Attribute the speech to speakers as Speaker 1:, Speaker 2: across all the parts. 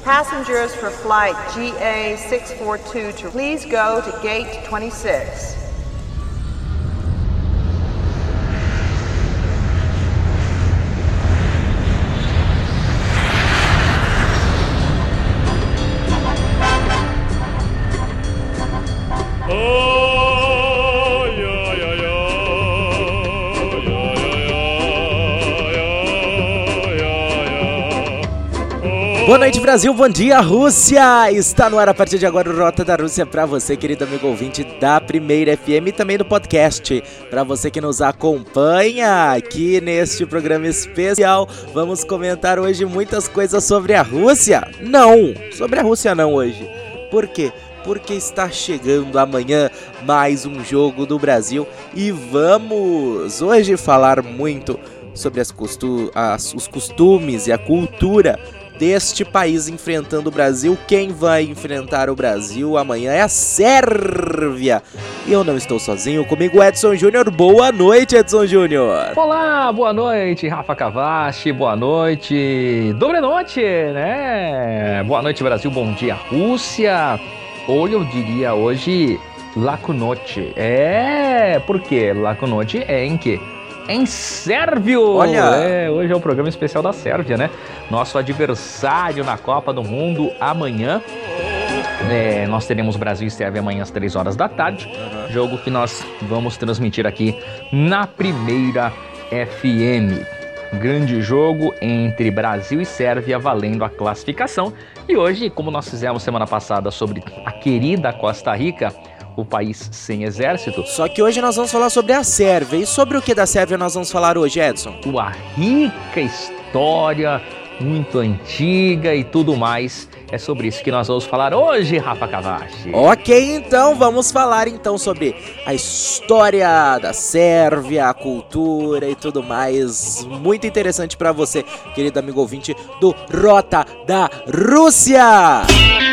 Speaker 1: Passengers for flight GA642 to please go to gate 26.
Speaker 2: Boa noite, Brasil, bom dia, Rússia! Está no ar a partir de agora o Rota da Rússia para você, querido amigo ouvinte da Primeira FM e também do podcast. Para você que nos acompanha aqui neste programa especial, vamos comentar hoje muitas coisas sobre a Rússia. Não, sobre a Rússia não hoje. Por quê? Porque está chegando amanhã mais um jogo do Brasil e vamos hoje falar muito sobre os costumes e a cultura deste país enfrentando o Brasil. Quem vai enfrentar o Brasil amanhã é a Sérvia. E eu não estou sozinho, comigo Edson Júnior. Boa noite, Edson Júnior.
Speaker 3: Olá, boa noite, Rafa Cavassi, boa noite, dobre noite, né? Boa noite, Brasil, bom dia, Rússia. Ou eu diria hoje, Laku noite. Por quê? Laku noite é em quê? Em sérvio!
Speaker 2: Olha!
Speaker 3: Hoje é o programa especial da Sérvia, né? Nosso adversário na Copa do Mundo amanhã. Nós teremos Brasil e Sérvia amanhã às 3 horas da tarde. Jogo que nós vamos transmitir aqui na Primeira FM. Grande jogo entre Brasil e Sérvia valendo a classificação. E hoje, como nós fizemos semana passada sobre a querida Costa Rica, o país sem exército.
Speaker 2: Só que hoje nós vamos falar sobre a Sérvia. E sobre o que da Sérvia nós vamos falar hoje, Edson?
Speaker 3: Uma rica história, muito antiga e tudo mais. É sobre isso que nós vamos falar hoje, Rafa Cavassi.
Speaker 2: Ok, então vamos falar então sobre a história da Sérvia, a cultura e tudo mais. Muito interessante para você, querido amigo ouvinte do Rota da Rússia.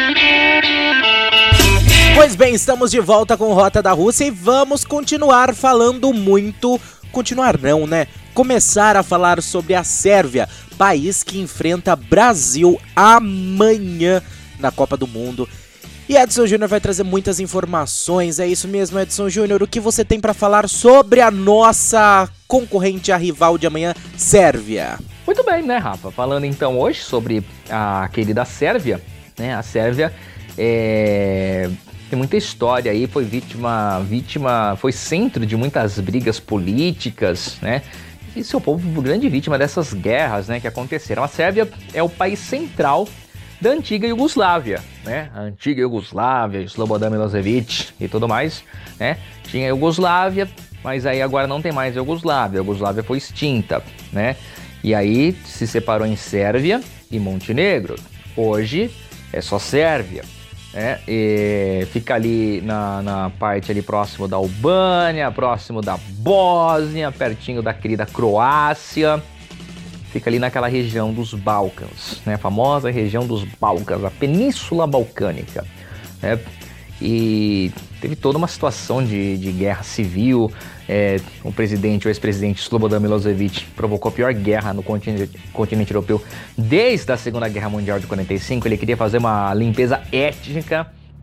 Speaker 2: Pois bem, estamos de volta com Rota da Rússia e vamos continuar falando muito... Continuar não, né? Começar a falar sobre a Sérvia, país que enfrenta Brasil amanhã na Copa do Mundo. E Edson Júnior vai trazer muitas informações, é isso mesmo, Edson Júnior? O que você tem para falar sobre a nossa concorrente, a rival de amanhã, Sérvia?
Speaker 3: Muito bem, né, Rafa? Falando então hoje sobre a querida Sérvia, né? A Sérvia tem muita história aí, foi foi centro de muitas brigas políticas, né? E seu povo grande vítima dessas guerras, né, que aconteceram. A Sérvia é o país central da antiga Iugoslávia, né? A antiga Iugoslávia, Slobodan Milosevic e tudo mais, né? Tinha a Iugoslávia, mas aí agora não tem mais a Iugoslávia. A Iugoslávia foi extinta, né? E aí se separou em Sérvia e Montenegro. Hoje é só Sérvia. E fica ali na parte ali próximo da Albânia, próximo da Bósnia, pertinho da querida Croácia. Fica ali naquela região dos Balcãs, né? A famosa região dos Balcãs, a Península Balcânica, né? E teve toda uma situação de guerra civil. O ex-presidente Slobodan Milosevic provocou a pior guerra no continente europeu desde a Segunda Guerra Mundial de 45. Ele queria fazer uma limpeza étnica.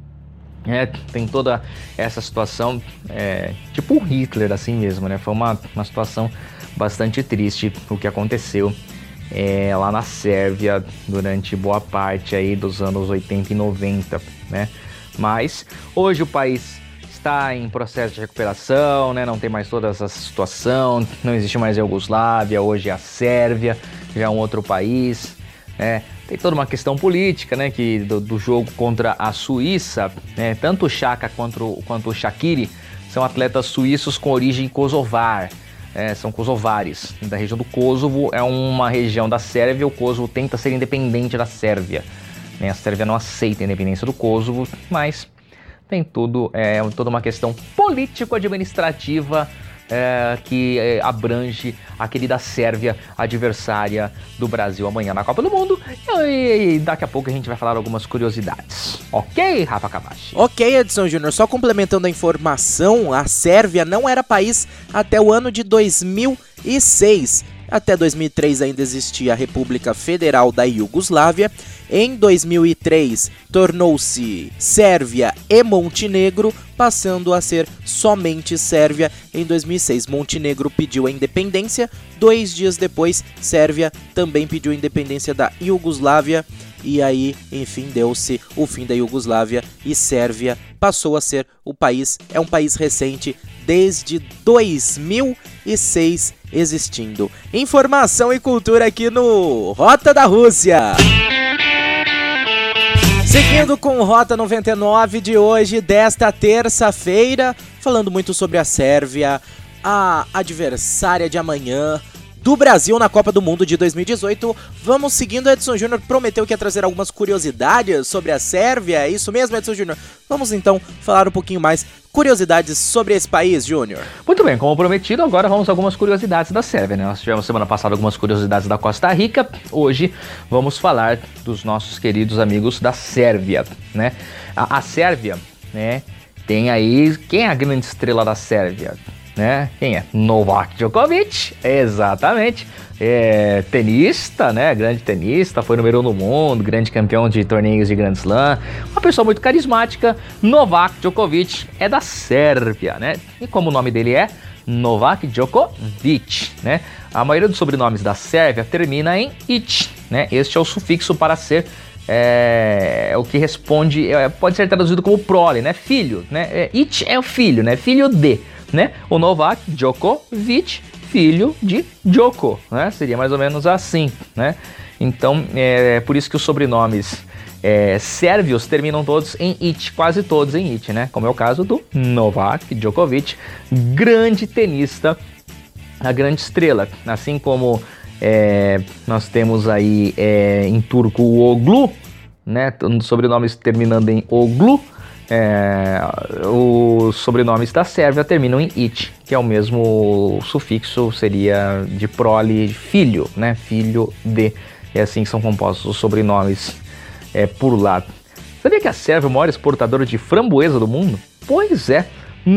Speaker 3: Tem toda essa situação, tipo o Hitler, assim mesmo, né? Foi uma situação bastante triste o que aconteceu lá na Sérvia durante boa parte aí dos anos 80 e 90, né? Mas hoje o país está em processo de recuperação, né? Não tem mais toda essa situação, não existe mais a Iugoslávia, hoje é a Sérvia, já é um outro país, né? Tem toda uma questão política, né? Que do jogo contra a Suíça, né? Tanto o Xhaka quanto o Shaqiri são atletas suíços com origem kosovar, são kosovares. Da região do Kosovo, é uma região da Sérvia, o Kosovo tenta ser independente da Sérvia. A Sérvia não aceita a independência do Kosovo, mas tem toda uma questão político-administrativa que abrange a querida Sérvia, adversária do Brasil amanhã na Copa do Mundo. E daqui a pouco a gente vai falar algumas curiosidades. Ok, Rafa Cavassi?
Speaker 2: Ok, Edson Júnior. Só complementando a informação, a Sérvia não era país até o ano de 2006. Até 2003 ainda existia a República Federal da Iugoslávia. Em 2003 tornou-se Sérvia e Montenegro, passando a ser somente Sérvia. Em 2006 Montenegro pediu a independência. 2 dias depois Sérvia também pediu a independência da Iugoslávia. E aí, enfim, deu-se o fim da Iugoslávia e Sérvia passou a ser o país, é um país recente, desde 2006 existindo. Informação e cultura aqui no Rota da Rússia. Seguindo com Rota 99 de hoje, desta terça-feira, falando muito sobre a Sérvia, a adversária de amanhã do Brasil na Copa do Mundo de 2018. Vamos seguindo. Edson Júnior prometeu que ia trazer algumas curiosidades sobre a Sérvia. É isso mesmo, Edson Júnior? Vamos então falar um pouquinho mais curiosidades sobre esse país, Júnior.
Speaker 3: Muito bem, como prometido, agora vamos a algumas curiosidades da Sérvia, né? Nós tivemos semana passada algumas curiosidades da Costa Rica. Hoje vamos falar dos nossos queridos amigos da Sérvia, né? A Sérvia, né, tem aí... Quem é a grande estrela da Sérvia? Né? Quem é? Novak Djokovic, exatamente, tenista, né? Grande tenista, foi número 1 no mundo, grande campeão de torneios de Grand Slam, uma pessoa muito carismática. Novak Djokovic é da Sérvia, né? E como o nome dele é Novak Djokovic, né? A maioria dos sobrenomes da Sérvia termina em "ic", né? Este é o sufixo para ser o que responde, pode ser traduzido como prole, né? Filho, né? "Ic" é o filho, né? Filho de, né? O Novak Djokovic, filho de Djoko, né? Seria mais ou menos assim, né? Então, é por isso que os sobrenomes sérvios terminam todos em "ic", quase todos em "ic", né? Como é o caso do Novak Djokovic, grande tenista, a grande estrela. Assim como nós temos aí em turco o Oglu, né? Sobrenomes terminando em Oglu. Os sobrenomes da Sérvia terminam em "ic", que é o mesmo sufixo, seria de prole, filho, né? Filho de. É assim que são compostos os sobrenomes por lá. Sabia que a Sérvia é o maior exportador de framboesa do mundo? Pois é,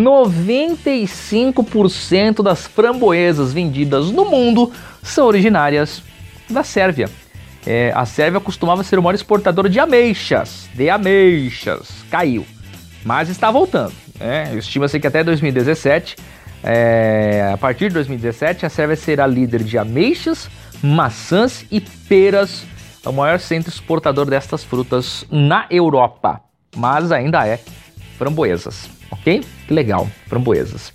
Speaker 3: 95% das framboesas vendidas no mundo são originárias da Sérvia. A Sérvia costumava ser o maior exportador de ameixas. Caiu, mas está voltando. Estima-se que até 2017, a partir de 2017, a Sérvia será líder de ameixas, maçãs e peras, o maior centro exportador destas frutas na Europa. Mas ainda é framboesas, ok? Que legal, framboesas.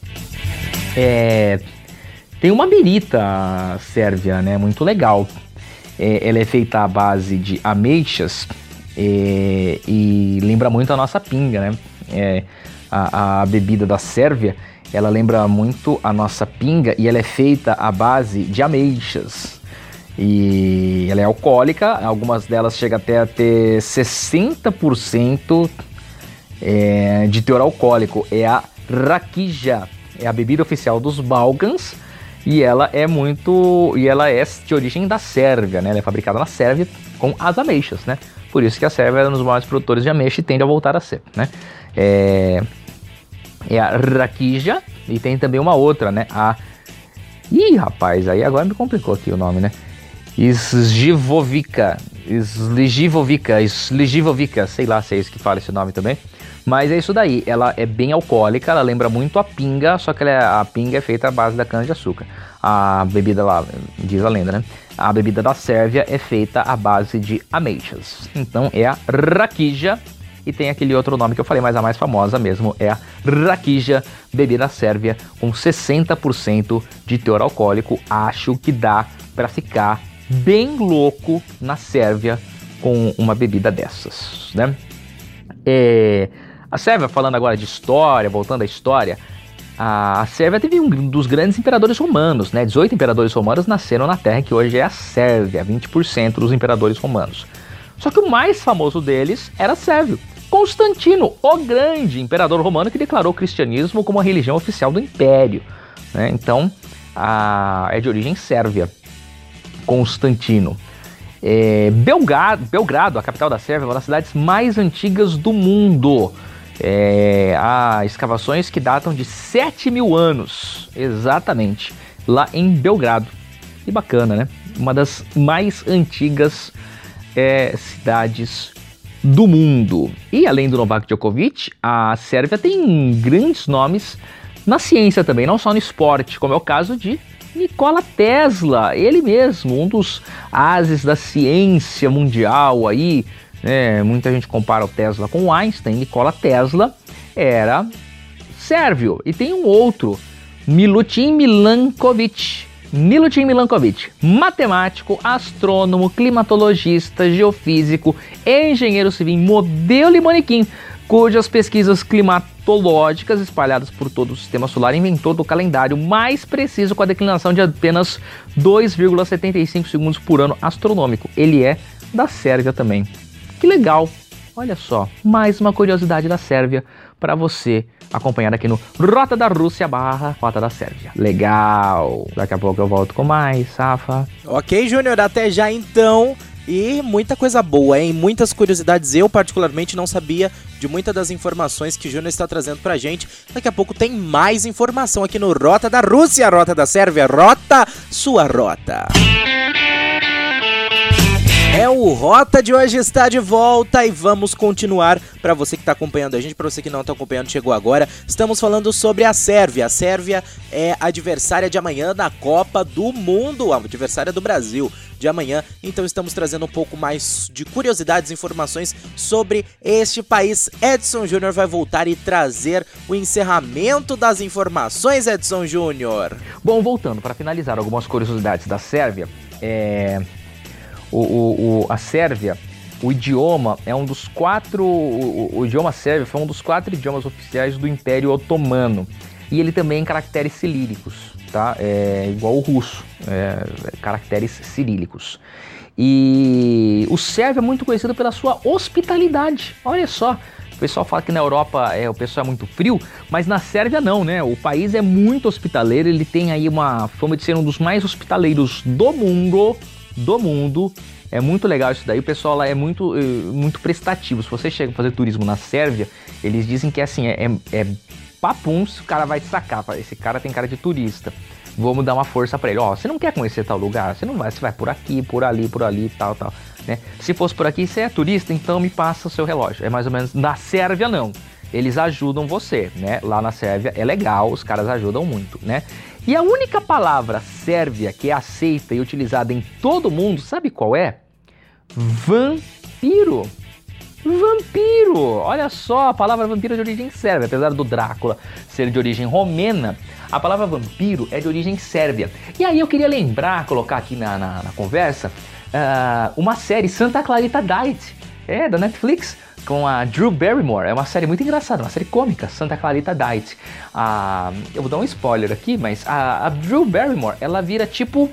Speaker 3: Tem uma birita sérvia, né? Muito legal. Ela é feita à base de ameixas e lembra muito a nossa pinga, né? A bebida da Sérvia, ela lembra muito a nossa pinga e ela é feita à base de ameixas. E ela é alcoólica, algumas delas chegam até a ter 60% de teor alcoólico. É a Rakija, é a bebida oficial dos Balcãs. E ela é de origem da Sérvia, né? Ela é fabricada na Sérvia com as ameixas, né? Por isso que a Sérvia é um dos maiores produtores de ameixa e tende a voltar a ser, né? É a Rakija e tem também uma outra, né? Ih, rapaz, aí agora me complicou aqui o nome, né? Slivovica, sei lá se é isso que fala esse nome também. Mas é isso daí, ela é bem alcoólica, ela lembra muito a pinga, só que a pinga é feita à base da cana-de-açúcar. A bebida lá, diz a lenda, né? A bebida da Sérvia é feita à base de ameixas. Então é a Rakija, e tem aquele outro nome que eu falei, mas a mais famosa mesmo é a Rakija, bebida sérvia com 60% de teor alcoólico. Acho que dá pra ficar bem louco na Sérvia com uma bebida dessas, né? A Sérvia, falando agora de história, voltando à história, a Sérvia teve um dos grandes imperadores romanos, né? 18 imperadores romanos nasceram na terra que hoje é a Sérvia, 20% dos imperadores romanos. Só que o mais famoso deles era sérvio, Constantino, o grande imperador romano que declarou o cristianismo como a religião oficial do império, né? Então, é de origem sérvia, Constantino. Belgrado, a capital da Sérvia, é uma das cidades mais antigas do mundo. Há escavações que datam de 7.000 anos, exatamente, lá em Belgrado. Que bacana, né? Uma das mais antigas cidades do mundo. E além do Novak Djokovic, a Sérvia tem grandes nomes na ciência também, não só no esporte, como é o caso de Nikola Tesla, ele mesmo, um dos ases da ciência mundial aí, né? Muita gente compara o Tesla com o Einstein. Nikola Tesla era sérvio. E tem um outro, Milutin Milankovic, matemático, astrônomo, climatologista, geofísico, engenheiro civil, modelo e manequim, cujas pesquisas climatológicas espalhadas por todo o sistema solar inventou do calendário mais preciso com a declinação de apenas 2,75 segundos por ano astronômico. Ele é da Sérvia também. Que legal! Olha só, mais uma curiosidade da Sérvia para você acompanhar aqui no Rota da Rússia / Rota da Sérvia. Legal! Daqui a pouco eu volto com mais, Safa.
Speaker 2: Ok, Júnior, até já então. E muita coisa boa, hein? Muitas curiosidades. Eu, particularmente, não sabia de muitas das informações que o Júnior está trazendo pra gente. Daqui a pouco tem mais informação aqui no Rota da Rússia, Rota da Sérvia, Rota, sua rota. O Rota de hoje está de volta e vamos continuar. Para você que está acompanhando a gente, para você que não está acompanhando, chegou agora, estamos falando sobre a Sérvia. A Sérvia é adversária de amanhã na Copa do Mundo, a adversária do Brasil de amanhã. Então estamos trazendo um pouco mais de curiosidades e informações sobre este país. Edson Júnior vai voltar e trazer o encerramento das informações, Edson Júnior.
Speaker 3: Bom, voltando, para finalizar algumas curiosidades da Sérvia, a Sérvia, o idioma é um dos quatro. O idioma sérvio foi um dos 4 idiomas oficiais do Império Otomano. E ele também em caracteres cirílicos, tá? É igual o russo, caracteres cirílicos. E o sérvio é muito conhecido pela sua hospitalidade. Olha só, o pessoal fala que na Europa o pessoal é muito frio, mas na Sérvia não, né? O país é muito hospitaleiro, ele tem aí uma fama de ser um dos mais hospitaleiros do mundo. É muito legal isso daí, o pessoal lá é muito prestativo. Se você chega a fazer turismo na Sérvia, eles dizem que assim, é papum, se o cara vai te sacar, esse cara tem cara de turista, vamos dar uma força pra ele, você não quer conhecer tal lugar, você não vai, você vai por aqui, por ali, tal, né? Se fosse por aqui, você é turista, então me passa o seu relógio. É mais ou menos. Na Sérvia não, eles ajudam você, né? Lá na Sérvia é legal, os caras ajudam muito, né? E a única palavra sérvia que é aceita e utilizada em todo mundo, sabe qual é? Vampiro. Olha só, a palavra vampiro é de origem sérvia, apesar do Drácula ser de origem romena, a palavra vampiro é de origem sérvia. E aí eu queria colocar aqui na conversa, uma série, Santa Clarita Diet, da Netflix, com a Drew Barrymore. É uma série muito engraçada, uma série cômica, Santa Clarita Diet. Eu vou dar um spoiler aqui, mas a Drew Barrymore, ela vira tipo...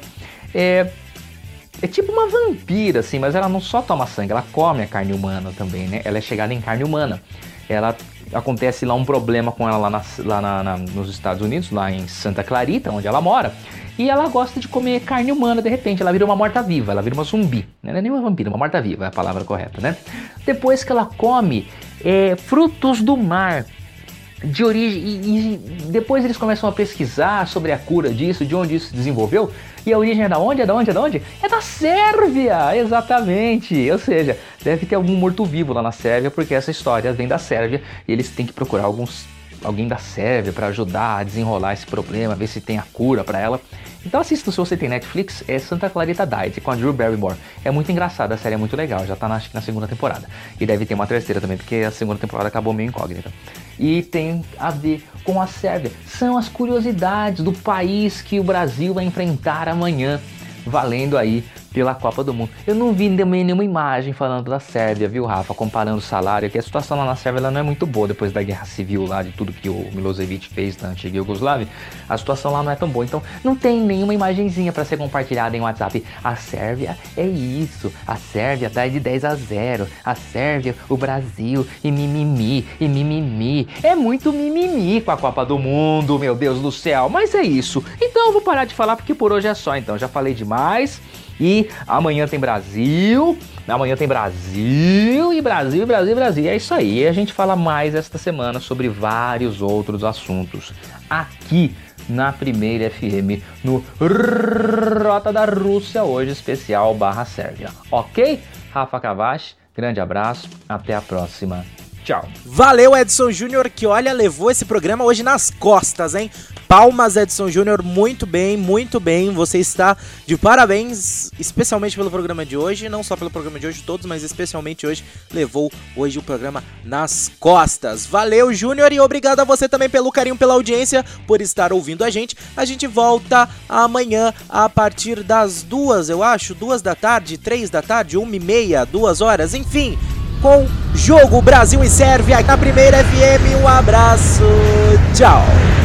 Speaker 3: É tipo uma vampira, assim, mas ela não só toma sangue, ela come a carne humana também, né? Ela é chegada em carne humana. Acontece lá um problema com ela lá nos Estados Unidos, lá em Santa Clarita, onde ela mora. E ela gosta de comer carne humana, de repente. Ela vira uma morta-viva, ela vira uma zumbi. Não é nem uma vampira, uma morta-viva é a palavra correta, né? Depois que ela come frutos do mar, de origem, e depois eles começam a pesquisar sobre a cura disso, de onde isso se desenvolveu, e a origem é da onde? É da Sérvia, exatamente, ou seja, deve ter algum morto-vivo lá na Sérvia, porque essa história vem da Sérvia, e eles têm que procurar alguém da Sérvia para ajudar a desenrolar esse problema, ver se tem a cura para ela. Então assista, se você tem Netflix, é Santa Clarita Diet, com a Drew Barrymore. É muito engraçada, a série é muito legal, já tá na 2ª temporada. E deve ter uma 3ª também, porque a 2ª temporada acabou meio incógnita. E tem a ver com a Sérvia. São as curiosidades do país que o Brasil vai enfrentar amanhã, valendo aí pela Copa do Mundo. Eu não vi também nenhuma imagem falando da Sérvia, viu, Rafa? Comparando o salário, que a situação lá na Sérvia ela não é muito boa depois da guerra civil lá, de tudo que o Milosevic fez na antiga Iugoslávia. A situação lá não é tão boa, então não tem nenhuma imagenzinha para ser compartilhada em WhatsApp. A Sérvia é isso, a Sérvia tá de 10-0, a Sérvia, o Brasil, e mimimi. É muito mimimi com a Copa do Mundo, meu Deus do céu, mas é isso. Então eu vou parar de falar porque por hoje é só, então já falei demais. E amanhã tem Brasil, e Brasil. É isso aí, a gente fala mais esta semana sobre vários outros assuntos aqui na Primeira FM, no Rota da Rússia, hoje especial /Sérvia. Ok? Rafa Cavachi, grande abraço, até a próxima. Tchau.
Speaker 2: Valeu, Edson Júnior, que olha, levou esse programa hoje nas costas, hein? Palmas, Edson Júnior, muito bem, você está de parabéns, especialmente pelo programa de hoje, não só pelo programa de hoje todos, mas especialmente hoje, levou hoje o programa nas costas. Valeu, Júnior, e obrigado a você também pelo carinho, pela audiência, por estar ouvindo a gente volta amanhã a partir das 2, eu acho, 2 da tarde, 3 da tarde, 1h30, 2 horas, enfim, com Jogo Brasil e Sérvia na Primeira FM. Um abraço, tchau.